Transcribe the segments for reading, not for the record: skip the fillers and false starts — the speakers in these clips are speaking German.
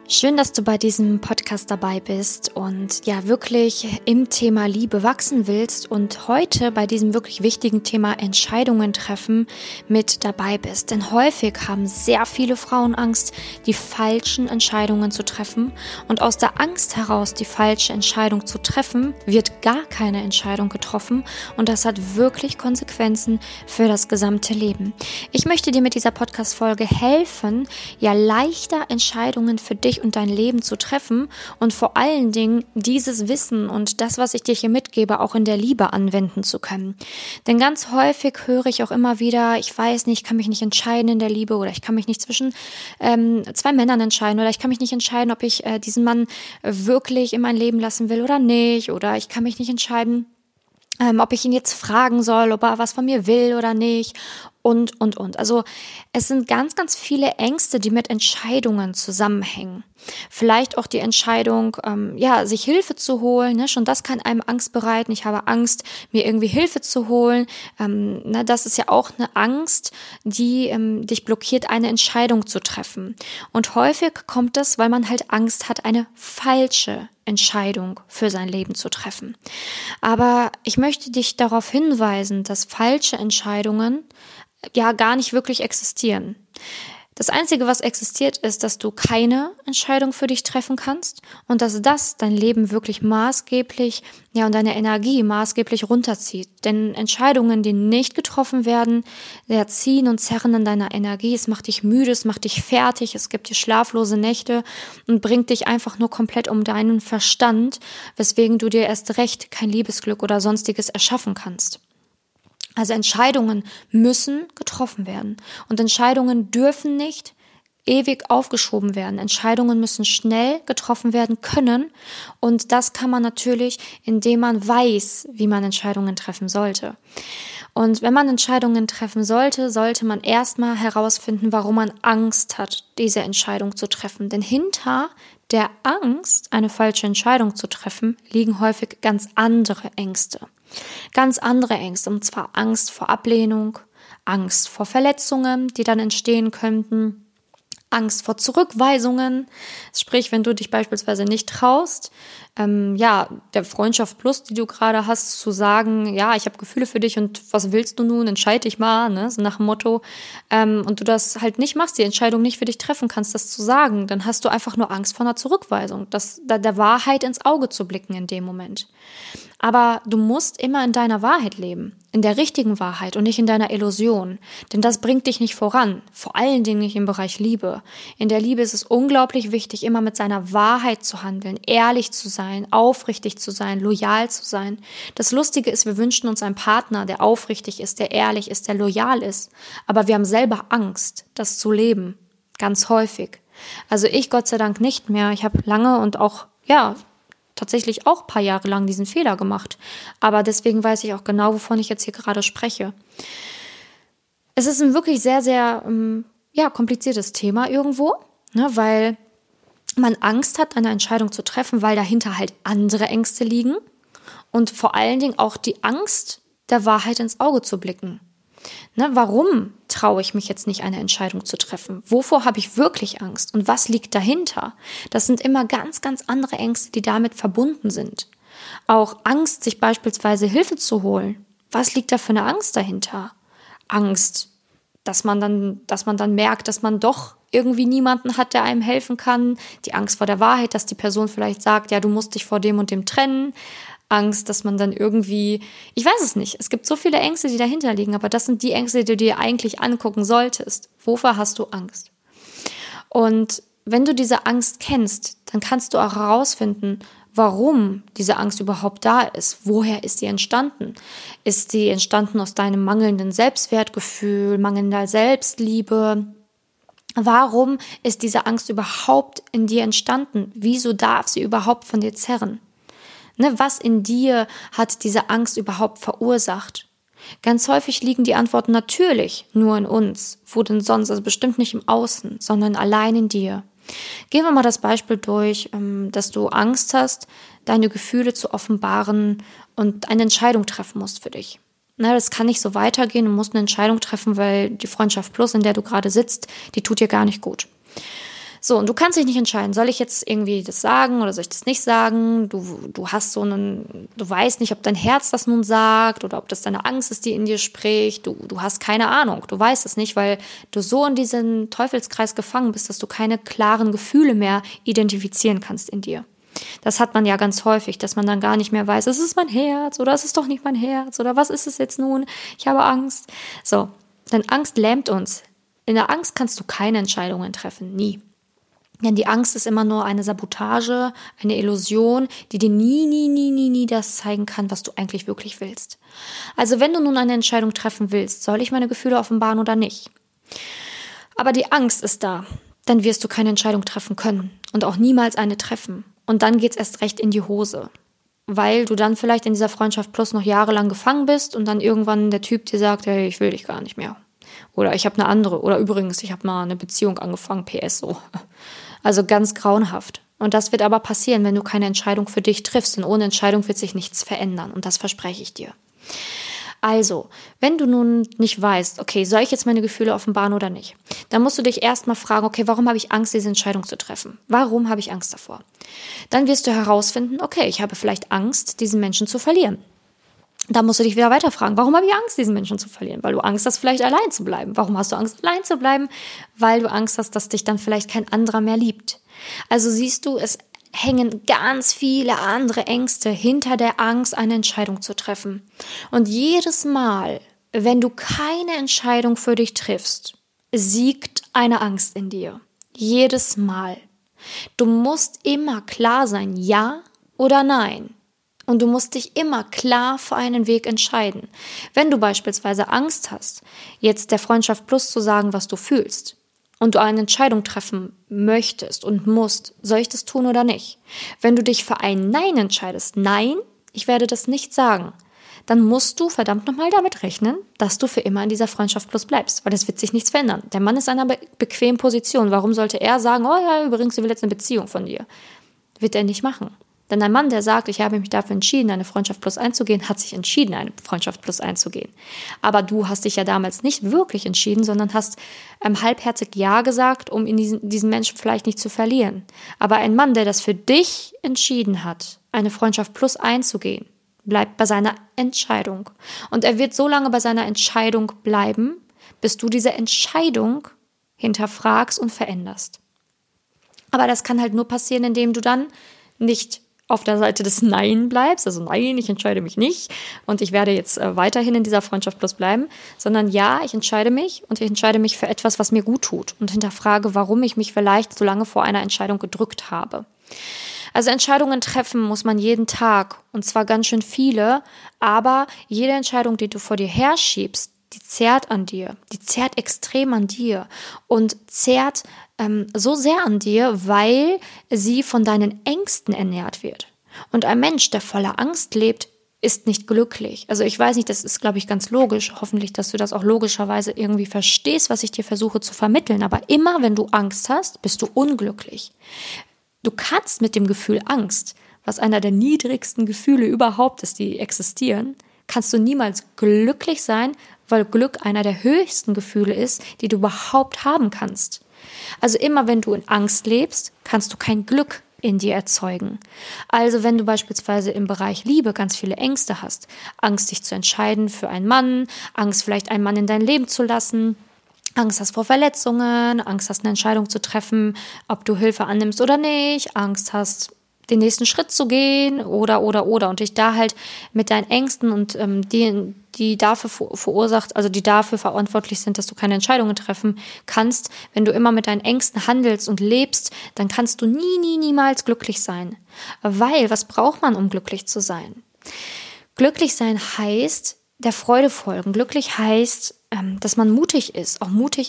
Schön, dass du bei diesem Podcast dabei bist und ja wirklich im Thema Liebe wachsen willst und heute bei diesem wirklich wichtigen Thema Entscheidungen treffen mit dabei bist. Denn häufig haben sehr viele Frauen Angst, die falschen Entscheidungen zu treffen, und aus der Angst heraus, die falsche Entscheidung zu treffen, wird gar keine Entscheidung getroffen, und das hat wirklich Konsequenzen für das gesamte Leben. Ich möchte dir mit dieser Podcast-Folge helfen, ja leichter Entscheidungen für dich und dein Leben zu treffen und vor allen Dingen dieses Wissen und das, was ich dir hier mitgebe, auch in der Liebe anwenden zu können. Denn ganz häufig höre ich auch immer wieder, ich weiß nicht, ich kann mich nicht entscheiden in der Liebe, oder ich kann mich nicht zwischen zwei Männern entscheiden, oder ich kann mich nicht entscheiden, ob ich diesen Mann wirklich in mein Leben lassen will oder nicht, oder ich kann mich nicht entscheiden, ob ich ihn jetzt fragen soll, ob er was von mir will oder nicht und. Also es sind ganz, ganz viele Ängste, die mit Entscheidungen zusammenhängen. Vielleicht auch die Entscheidung, sich Hilfe zu holen, ne? Schon das kann einem Angst bereiten. Ich habe Angst, mir irgendwie Hilfe zu holen. Das ist ja auch eine Angst, die dich blockiert, eine Entscheidung zu treffen. Und häufig kommt das, weil man halt Angst hat, eine falsche Entscheidung für sein Leben zu treffen. Aber ich möchte dich darauf hinweisen, dass falsche Entscheidungen ja gar nicht wirklich existieren. Das Einzige, was existiert, ist, dass du keine Entscheidung für dich treffen kannst und dass das dein Leben wirklich maßgeblich, und deine Energie maßgeblich runterzieht. Denn Entscheidungen, die nicht getroffen werden, ziehen und zerren an deiner Energie. Es macht dich müde, es macht dich fertig, es gibt dir schlaflose Nächte und bringt dich einfach nur komplett um deinen Verstand, weswegen du dir erst recht kein Liebesglück oder sonstiges erschaffen kannst. Also Entscheidungen müssen getroffen werden und Entscheidungen dürfen nicht ewig aufgeschoben werden. Entscheidungen müssen schnell getroffen werden können, und das kann man natürlich, indem man weiß, wie man Entscheidungen treffen sollte. Und wenn man Entscheidungen treffen sollte, sollte man erstmal herausfinden, warum man Angst hat, diese Entscheidung zu treffen. Denn hinter der Angst, eine falsche Entscheidung zu treffen, liegen häufig ganz andere Ängste. Ganz andere Ängste, und zwar Angst vor Ablehnung, Angst vor Verletzungen, die dann entstehen könnten, Angst vor Zurückweisungen, sprich, wenn du dich beispielsweise nicht traust, der Freundschaft plus, die du gerade hast, zu sagen, ja, ich habe Gefühle für dich und was willst du nun, entscheid dich mal, ne, so nach dem Motto, und du das halt nicht machst, die Entscheidung nicht für dich treffen kannst, das zu sagen, dann hast du einfach nur Angst vor einer Zurückweisung, der Wahrheit ins Auge zu blicken in dem Moment. Aber du musst immer in deiner Wahrheit leben, in der richtigen Wahrheit und nicht in deiner Illusion. Denn das bringt dich nicht voran, vor allen Dingen nicht im Bereich Liebe. In der Liebe ist es unglaublich wichtig, immer mit seiner Wahrheit zu handeln, ehrlich zu sein, aufrichtig zu sein, loyal zu sein. Das Lustige ist, wir wünschen uns einen Partner, der aufrichtig ist, der ehrlich ist, der loyal ist. Aber wir haben selber Angst, das zu leben, ganz häufig. Also ich Gott sei Dank nicht mehr. Ich habe lange und auch, tatsächlich auch ein paar Jahre lang diesen Fehler gemacht. Aber deswegen weiß ich auch genau, wovon ich jetzt hier gerade spreche. Es ist ein wirklich sehr, sehr kompliziertes Thema irgendwo, ne, weil man Angst hat, eine Entscheidung zu treffen, weil dahinter halt andere Ängste liegen und vor allen Dingen auch die Angst, der Wahrheit ins Auge zu blicken. Ne, warum traue ich mich jetzt nicht, eine Entscheidung zu treffen? Wovor habe ich wirklich Angst? Und was liegt dahinter? Das sind immer ganz, ganz andere Ängste, die damit verbunden sind. Auch Angst, sich beispielsweise Hilfe zu holen. Was liegt da für eine Angst dahinter? Angst, dass man dann merkt, dass man doch irgendwie niemanden hat, der einem helfen kann. Die Angst vor der Wahrheit, dass die Person vielleicht sagt, ja, du musst dich vor dem und dem trennen. Angst, dass man dann irgendwie, ich weiß es nicht, es gibt so viele Ängste, die dahinter liegen, aber das sind die Ängste, die du dir eigentlich angucken solltest. Wovor hast du Angst? Und wenn du diese Angst kennst, dann kannst du auch herausfinden, warum diese Angst überhaupt da ist. Woher ist sie entstanden? Ist sie entstanden aus deinem mangelnden Selbstwertgefühl, mangelnder Selbstliebe? Warum ist diese Angst überhaupt in dir entstanden? Wieso darf sie überhaupt von dir zerren? Was in dir hat diese Angst überhaupt verursacht? Ganz häufig liegen die Antworten natürlich nur in uns. Wo denn sonst? Also bestimmt nicht im Außen, sondern allein in dir. Gehen wir mal das Beispiel durch, dass du Angst hast, deine Gefühle zu offenbaren und eine Entscheidung treffen musst für dich. Das kann nicht so weitergehen, du musst eine Entscheidung treffen, weil die Freundschaft plus, in der du gerade sitzt, die tut dir gar nicht gut. So, und du kannst dich nicht entscheiden, soll ich jetzt irgendwie das sagen oder soll ich das nicht sagen? Du hast du weißt nicht, ob dein Herz das nun sagt oder ob das deine Angst ist, die in dir spricht. Du hast keine Ahnung, du weißt es nicht, weil du so in diesen Teufelskreis gefangen bist, dass du keine klaren Gefühle mehr identifizieren kannst in dir. Das hat man ja ganz häufig, dass man dann gar nicht mehr weiß, ist es mein Herz oder ist es doch nicht mein Herz oder was ist es jetzt nun? Ich habe Angst. So, denn Angst lähmt uns. In der Angst kannst du keine Entscheidungen treffen, nie. Denn die Angst ist immer nur eine Sabotage, eine Illusion, die dir nie das zeigen kann, was du eigentlich wirklich willst. Also wenn du nun eine Entscheidung treffen willst, soll ich meine Gefühle offenbaren oder nicht? Aber die Angst ist da, dann wirst du keine Entscheidung treffen können und auch niemals eine treffen. Und dann geht's erst recht in die Hose, weil du dann vielleicht in dieser Freundschaft plus noch jahrelang gefangen bist und dann irgendwann der Typ dir sagt, hey, ich will dich gar nicht mehr. Oder ich habe eine andere. Oder übrigens, ich habe mal eine Beziehung angefangen, PS so. Also ganz grauenhaft. Und das wird aber passieren, wenn du keine Entscheidung für dich triffst. Denn ohne Entscheidung wird sich nichts verändern. Und das verspreche ich dir. Also, wenn du nun nicht weißt, okay, soll ich jetzt meine Gefühle offenbaren oder nicht, dann musst du dich erstmal fragen, okay, warum habe ich Angst, diese Entscheidung zu treffen? Warum habe ich Angst davor? Dann wirst du herausfinden, okay, ich habe vielleicht Angst, diesen Menschen zu verlieren. Da musst du dich wieder weiter fragen, warum habe ich Angst, diesen Menschen zu verlieren? Weil du Angst hast, vielleicht allein zu bleiben. Warum hast du Angst, allein zu bleiben? Weil du Angst hast, dass dich dann vielleicht kein anderer mehr liebt. Also siehst du, es hängen ganz viele andere Ängste hinter der Angst, eine Entscheidung zu treffen. Und jedes Mal, wenn du keine Entscheidung für dich triffst, siegt eine Angst in dir. Jedes Mal. Du musst immer klar sein, ja oder nein. Und du musst dich immer klar für einen Weg entscheiden. Wenn du beispielsweise Angst hast, jetzt der Freundschaft Plus zu sagen, was du fühlst, und du eine Entscheidung treffen möchtest und musst, soll ich das tun oder nicht? Wenn du dich für ein Nein entscheidest, nein, ich werde das nicht sagen, dann musst du verdammt nochmal damit rechnen, dass du für immer in dieser Freundschaft Plus bleibst, weil es wird sich nichts verändern. Der Mann ist in einer bequemen Position. Warum sollte er sagen, oh ja, übrigens, ich will jetzt eine Beziehung von dir? Wird er nicht machen. Denn ein Mann, der sagt, ich habe mich dafür entschieden, eine Freundschaft Plus einzugehen, hat sich entschieden, eine Freundschaft Plus einzugehen. Aber du hast dich ja damals nicht wirklich entschieden, sondern hast halbherzig Ja gesagt, um diesen Menschen vielleicht nicht zu verlieren. Aber ein Mann, der das für dich entschieden hat, eine Freundschaft Plus einzugehen, bleibt bei seiner Entscheidung. Und er wird so lange bei seiner Entscheidung bleiben, bis du diese Entscheidung hinterfragst und veränderst. Aber das kann halt nur passieren, indem du dann nicht auf der Seite des Nein bleibst, also nein, ich entscheide mich nicht und ich werde jetzt weiterhin in dieser Freundschaft Plus bleiben, sondern ja, ich entscheide mich und ich entscheide mich für etwas, was mir gut tut und hinterfrage, warum ich mich vielleicht so lange vor einer Entscheidung gedrückt habe. Also Entscheidungen treffen muss man jeden Tag und zwar ganz schön viele, aber jede Entscheidung, die du vor dir herschiebst, die zehrt an dir, die zehrt extrem an dir und zehrt so sehr an dir, weil sie von deinen Ängsten ernährt wird. Und ein Mensch, der voller Angst lebt, ist nicht glücklich. Also ich weiß nicht, das ist, glaube ich, ganz logisch. Hoffentlich, dass du das auch logischerweise irgendwie verstehst, was ich dir versuche zu vermitteln. Aber immer, wenn du Angst hast, bist du unglücklich. Du kannst mit dem Gefühl Angst, was einer der niedrigsten Gefühle überhaupt ist, die existieren, kannst du niemals glücklich sein, weil Glück einer der höchsten Gefühle ist, die du überhaupt haben kannst. Also immer wenn du in Angst lebst, kannst du kein Glück in dir erzeugen. Also wenn du beispielsweise im Bereich Liebe ganz viele Ängste hast, Angst dich zu entscheiden für einen Mann, Angst vielleicht einen Mann in dein Leben zu lassen, Angst hast vor Verletzungen, Angst hast eine Entscheidung zu treffen, ob du Hilfe annimmst oder nicht, Angst hast den nächsten Schritt zu gehen oder und dich da halt mit deinen Ängsten und die dafür verursacht, also die dafür verantwortlich sind, dass du keine Entscheidungen treffen kannst, wenn du immer mit deinen Ängsten handelst und lebst, dann kannst du niemals glücklich sein. Weil, was braucht man, um glücklich zu sein? Glücklich sein heißt, der Freude folgen. Glücklich heißt, dass man mutig ist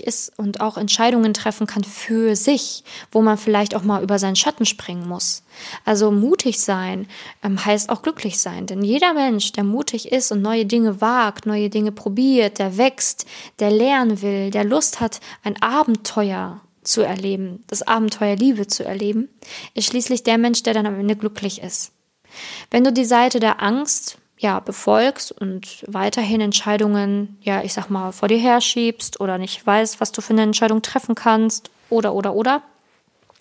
und auch Entscheidungen treffen kann für sich, wo man vielleicht auch mal über seinen Schatten springen muss. Also mutig sein heißt auch glücklich sein, denn jeder Mensch, der mutig ist und neue Dinge wagt, neue Dinge probiert, der wächst, der lernen will, der Lust hat, ein Abenteuer zu erleben, das Abenteuer Liebe zu erleben, ist schließlich der Mensch, der dann am Ende glücklich ist. Wenn du die Seite der Angst befolgst und weiterhin Entscheidungen, ich sag mal, vor dir herschiebst oder nicht weißt, was du für eine Entscheidung treffen kannst oder,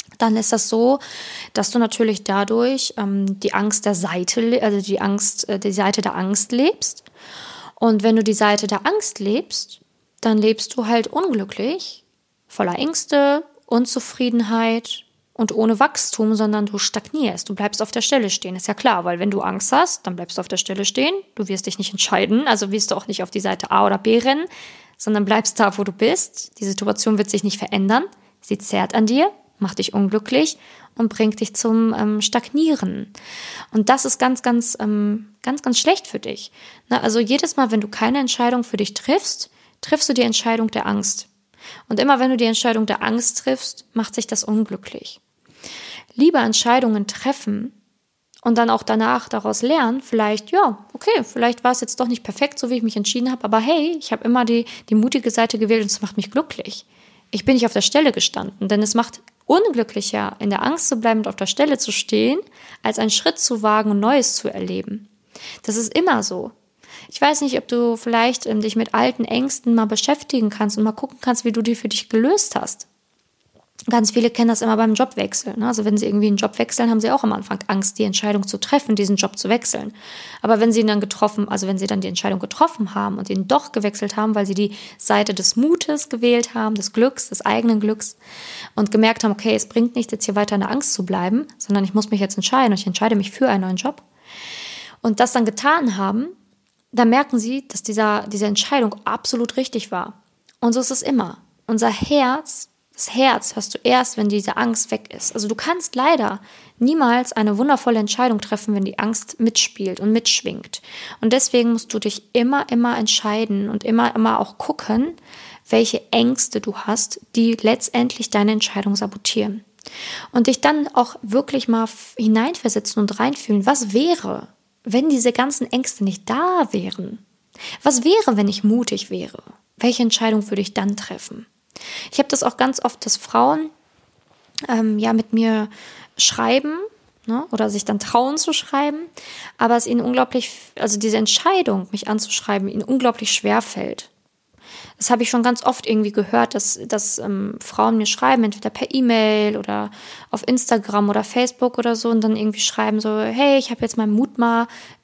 dann ist das so, dass du natürlich dadurch die Angst der Seite, also die Seite der Angst lebst. Und wenn du die Seite der Angst lebst, dann lebst du halt unglücklich, voller Ängste, Unzufriedenheit und ohne Wachstum, sondern du stagnierst, du bleibst auf der Stelle stehen. Ist ja klar, weil wenn du Angst hast, dann bleibst du auf der Stelle stehen, du wirst dich nicht entscheiden, also wirst du auch nicht auf die Seite A oder B rennen, sondern bleibst da, wo du bist. Die Situation wird sich nicht verändern, sie zerrt an dir, macht dich unglücklich und bringt dich zum Stagnieren. Und das ist ganz, ganz schlecht für dich. Also jedes Mal, wenn du keine Entscheidung für dich triffst, triffst du die Entscheidung der Angst. Und immer wenn du die Entscheidung der Angst triffst, macht sich das unglücklich. Lieber Entscheidungen treffen und dann auch danach daraus lernen, vielleicht war es jetzt doch nicht perfekt, so wie ich mich entschieden habe, aber hey, ich habe immer die mutige Seite gewählt und es macht mich glücklich. Ich bin nicht auf der Stelle gestanden, denn es macht unglücklicher, in der Angst zu bleiben und auf der Stelle zu stehen, als einen Schritt zu wagen und Neues zu erleben. Das ist immer so. Ich weiß nicht, ob du vielleicht dich mit alten Ängsten mal beschäftigen kannst und mal gucken kannst, wie du die für dich gelöst hast. Ganz viele kennen das immer beim Jobwechsel. Also wenn sie irgendwie einen Job wechseln, haben sie auch am Anfang Angst, die Entscheidung zu treffen, diesen Job zu wechseln. Aber wenn sie dann die Entscheidung getroffen haben und ihn doch gewechselt haben, weil sie die Seite des Mutes gewählt haben, des Glücks, des eigenen Glücks und gemerkt haben, okay, es bringt nichts, jetzt hier weiter in der Angst zu bleiben, sondern ich muss mich jetzt entscheiden und ich entscheide mich für einen neuen Job. Und das dann getan haben, dann merken sie, dass diese Entscheidung absolut richtig war. Und so ist es immer. Das Herz hörst du erst, wenn diese Angst weg ist. Also du kannst leider niemals eine wundervolle Entscheidung treffen, wenn die Angst mitspielt und mitschwingt. Und deswegen musst du dich immer entscheiden und immer auch gucken, welche Ängste du hast, die letztendlich deine Entscheidung sabotieren. Und dich dann auch wirklich mal hineinversetzen und reinfühlen, was wäre, wenn diese ganzen Ängste nicht da wären? Was wäre, wenn ich mutig wäre? Welche Entscheidung würde ich dann treffen? Ich habe das auch ganz oft, dass Frauen mit mir schreiben, ne, oder sich dann trauen zu schreiben, aber es ihnen diese Entscheidung, mich anzuschreiben, ihnen unglaublich schwer fällt. Das habe ich schon ganz oft irgendwie gehört, dass Frauen mir schreiben, entweder per E-Mail oder auf Instagram oder Facebook oder so und dann irgendwie schreiben so, hey, ich habe jetzt meinen Mut mal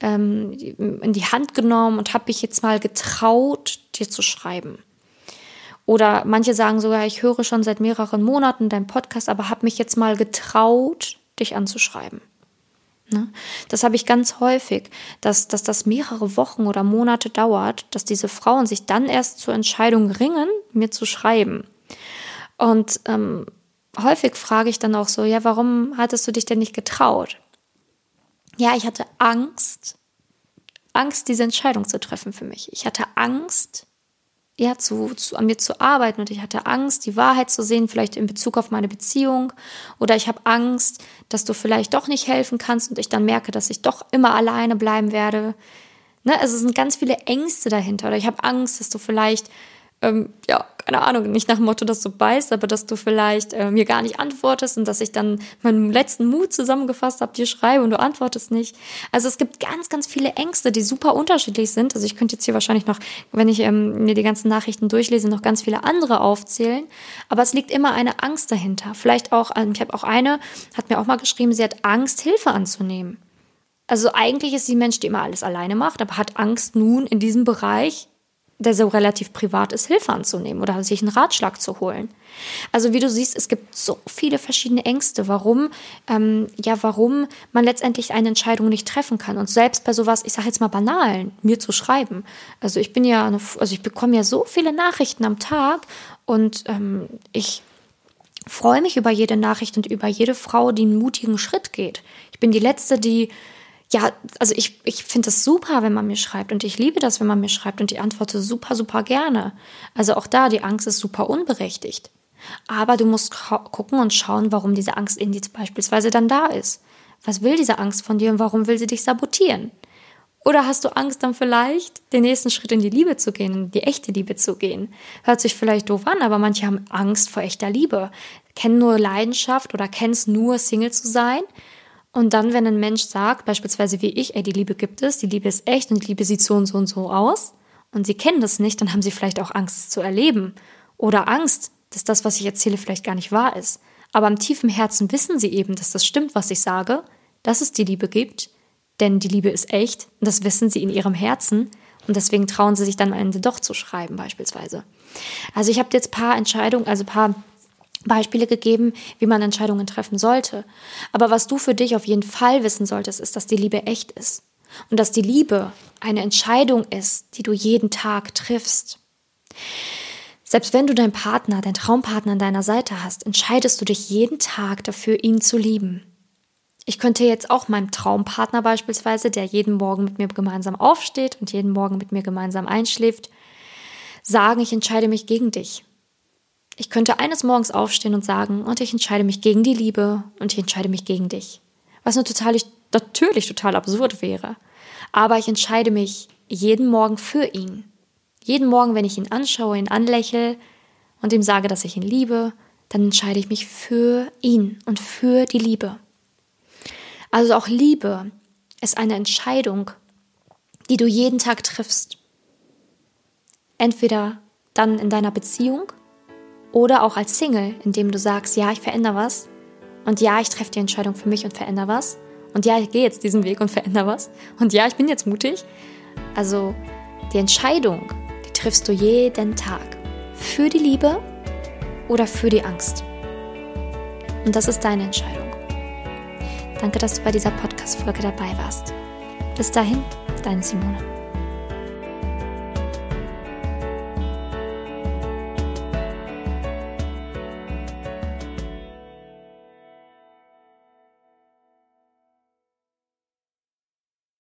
in die Hand genommen und habe mich jetzt mal getraut, dir zu schreiben. Oder manche sagen sogar, ich höre schon seit mehreren Monaten deinen Podcast, aber habe mich jetzt mal getraut, dich anzuschreiben. Ne? Das habe ich ganz häufig, dass das mehrere Wochen oder Monate dauert, dass diese Frauen sich dann erst zur Entscheidung ringen, mir zu schreiben. Und häufig frage ich dann auch so, ja, warum hattest du dich denn nicht getraut? Ja, ich hatte Angst, diese Entscheidung zu treffen für mich. Ich hatte Angst, an mir zu arbeiten und ich hatte Angst, die Wahrheit zu sehen, vielleicht in Bezug auf meine Beziehung oder ich habe Angst, dass du vielleicht doch nicht helfen kannst und ich dann merke, dass ich doch immer alleine bleiben werde. Ne? Also es sind ganz viele Ängste dahinter oder ich habe Angst, dass du vielleicht, keine Ahnung, nicht nach dem Motto, dass du beißt, aber dass du vielleicht mir gar nicht antwortest und dass ich dann meinen letzten Mut zusammengefasst habe, dir schreibe und du antwortest nicht. Also es gibt ganz, ganz viele Ängste, die super unterschiedlich sind. Also ich könnte jetzt hier wahrscheinlich noch, wenn ich mir die ganzen Nachrichten durchlese, noch ganz viele andere aufzählen. Aber es liegt immer eine Angst dahinter. Vielleicht auch, ich habe auch eine, hat mir auch mal geschrieben, sie hat Angst, Hilfe anzunehmen. Also eigentlich ist sie ein Mensch, die immer alles alleine macht, aber hat Angst nun in diesem Bereich, der so relativ privat ist, Hilfe anzunehmen oder sich einen Ratschlag zu holen. Also wie du siehst, es gibt so viele verschiedene Ängste, warum man letztendlich eine Entscheidung nicht treffen kann. Und selbst bei sowas, ich sage jetzt mal Banalen, mir zu schreiben. Also ich bekomme ja so viele Nachrichten am Tag und ich freue mich über jede Nachricht und über jede Frau, die einen mutigen Schritt geht. Ich bin die Letzte, die ich finde das super, wenn man mir schreibt und ich liebe das, wenn man mir schreibt und ich antworte super, super gerne. Also auch da, die Angst ist super unberechtigt. Aber du musst gucken und schauen, warum diese Angst in dir beispielsweise dann da ist. Was will diese Angst von dir und warum will sie dich sabotieren? Oder hast du Angst dann vielleicht, den nächsten Schritt in die Liebe zu gehen, in die echte Liebe zu gehen? Hört sich vielleicht doof an, aber manche haben Angst vor echter Liebe, kennen nur Leidenschaft oder kennen es nur, Single zu sein. Und dann, wenn ein Mensch sagt, beispielsweise wie ich, die Liebe gibt es, die Liebe ist echt und die Liebe sieht so und so und so aus und sie kennen das nicht, dann haben sie vielleicht auch Angst, es zu erleben oder Angst, dass das, was ich erzähle, vielleicht gar nicht wahr ist. Aber im tiefen Herzen wissen sie eben, dass das stimmt, was ich sage, dass es die Liebe gibt, denn die Liebe ist echt und das wissen sie in ihrem Herzen und deswegen trauen sie sich dann am Ende doch zu schreiben beispielsweise. Also ich habe jetzt ein paar Beispiele gegeben, wie man Entscheidungen treffen sollte. Aber was du für dich auf jeden Fall wissen solltest, ist, dass die Liebe echt ist und dass die Liebe eine Entscheidung ist, die du jeden Tag triffst. Selbst wenn du deinen Partner, deinen Traumpartner an deiner Seite hast, entscheidest du dich jeden Tag dafür, ihn zu lieben. Ich könnte jetzt auch meinem Traumpartner beispielsweise, der jeden Morgen mit mir gemeinsam aufsteht und jeden Morgen mit mir gemeinsam einschläft, sagen, ich entscheide mich gegen dich. Ich könnte eines Morgens aufstehen und sagen, und ich entscheide mich gegen die Liebe und ich entscheide mich gegen dich. Was natürlich total absurd wäre. Aber ich entscheide mich jeden Morgen für ihn. Jeden Morgen, wenn ich ihn anschaue, ihn anlächle und ihm sage, dass ich ihn liebe, dann entscheide ich mich für ihn und für die Liebe. Also auch Liebe ist eine Entscheidung, die du jeden Tag triffst. Entweder dann in deiner Beziehung oder auch als Single, indem du sagst, ja, ich verändere was und ja, ich treffe die Entscheidung für mich und verändere was und ja, ich gehe jetzt diesen Weg und verändere was und ja, ich bin jetzt mutig. Also die Entscheidung, die triffst du jeden Tag für die Liebe oder für die Angst. Und das ist deine Entscheidung. Danke, dass du bei dieser Podcast-Folge dabei warst. Bis dahin, deine Simone.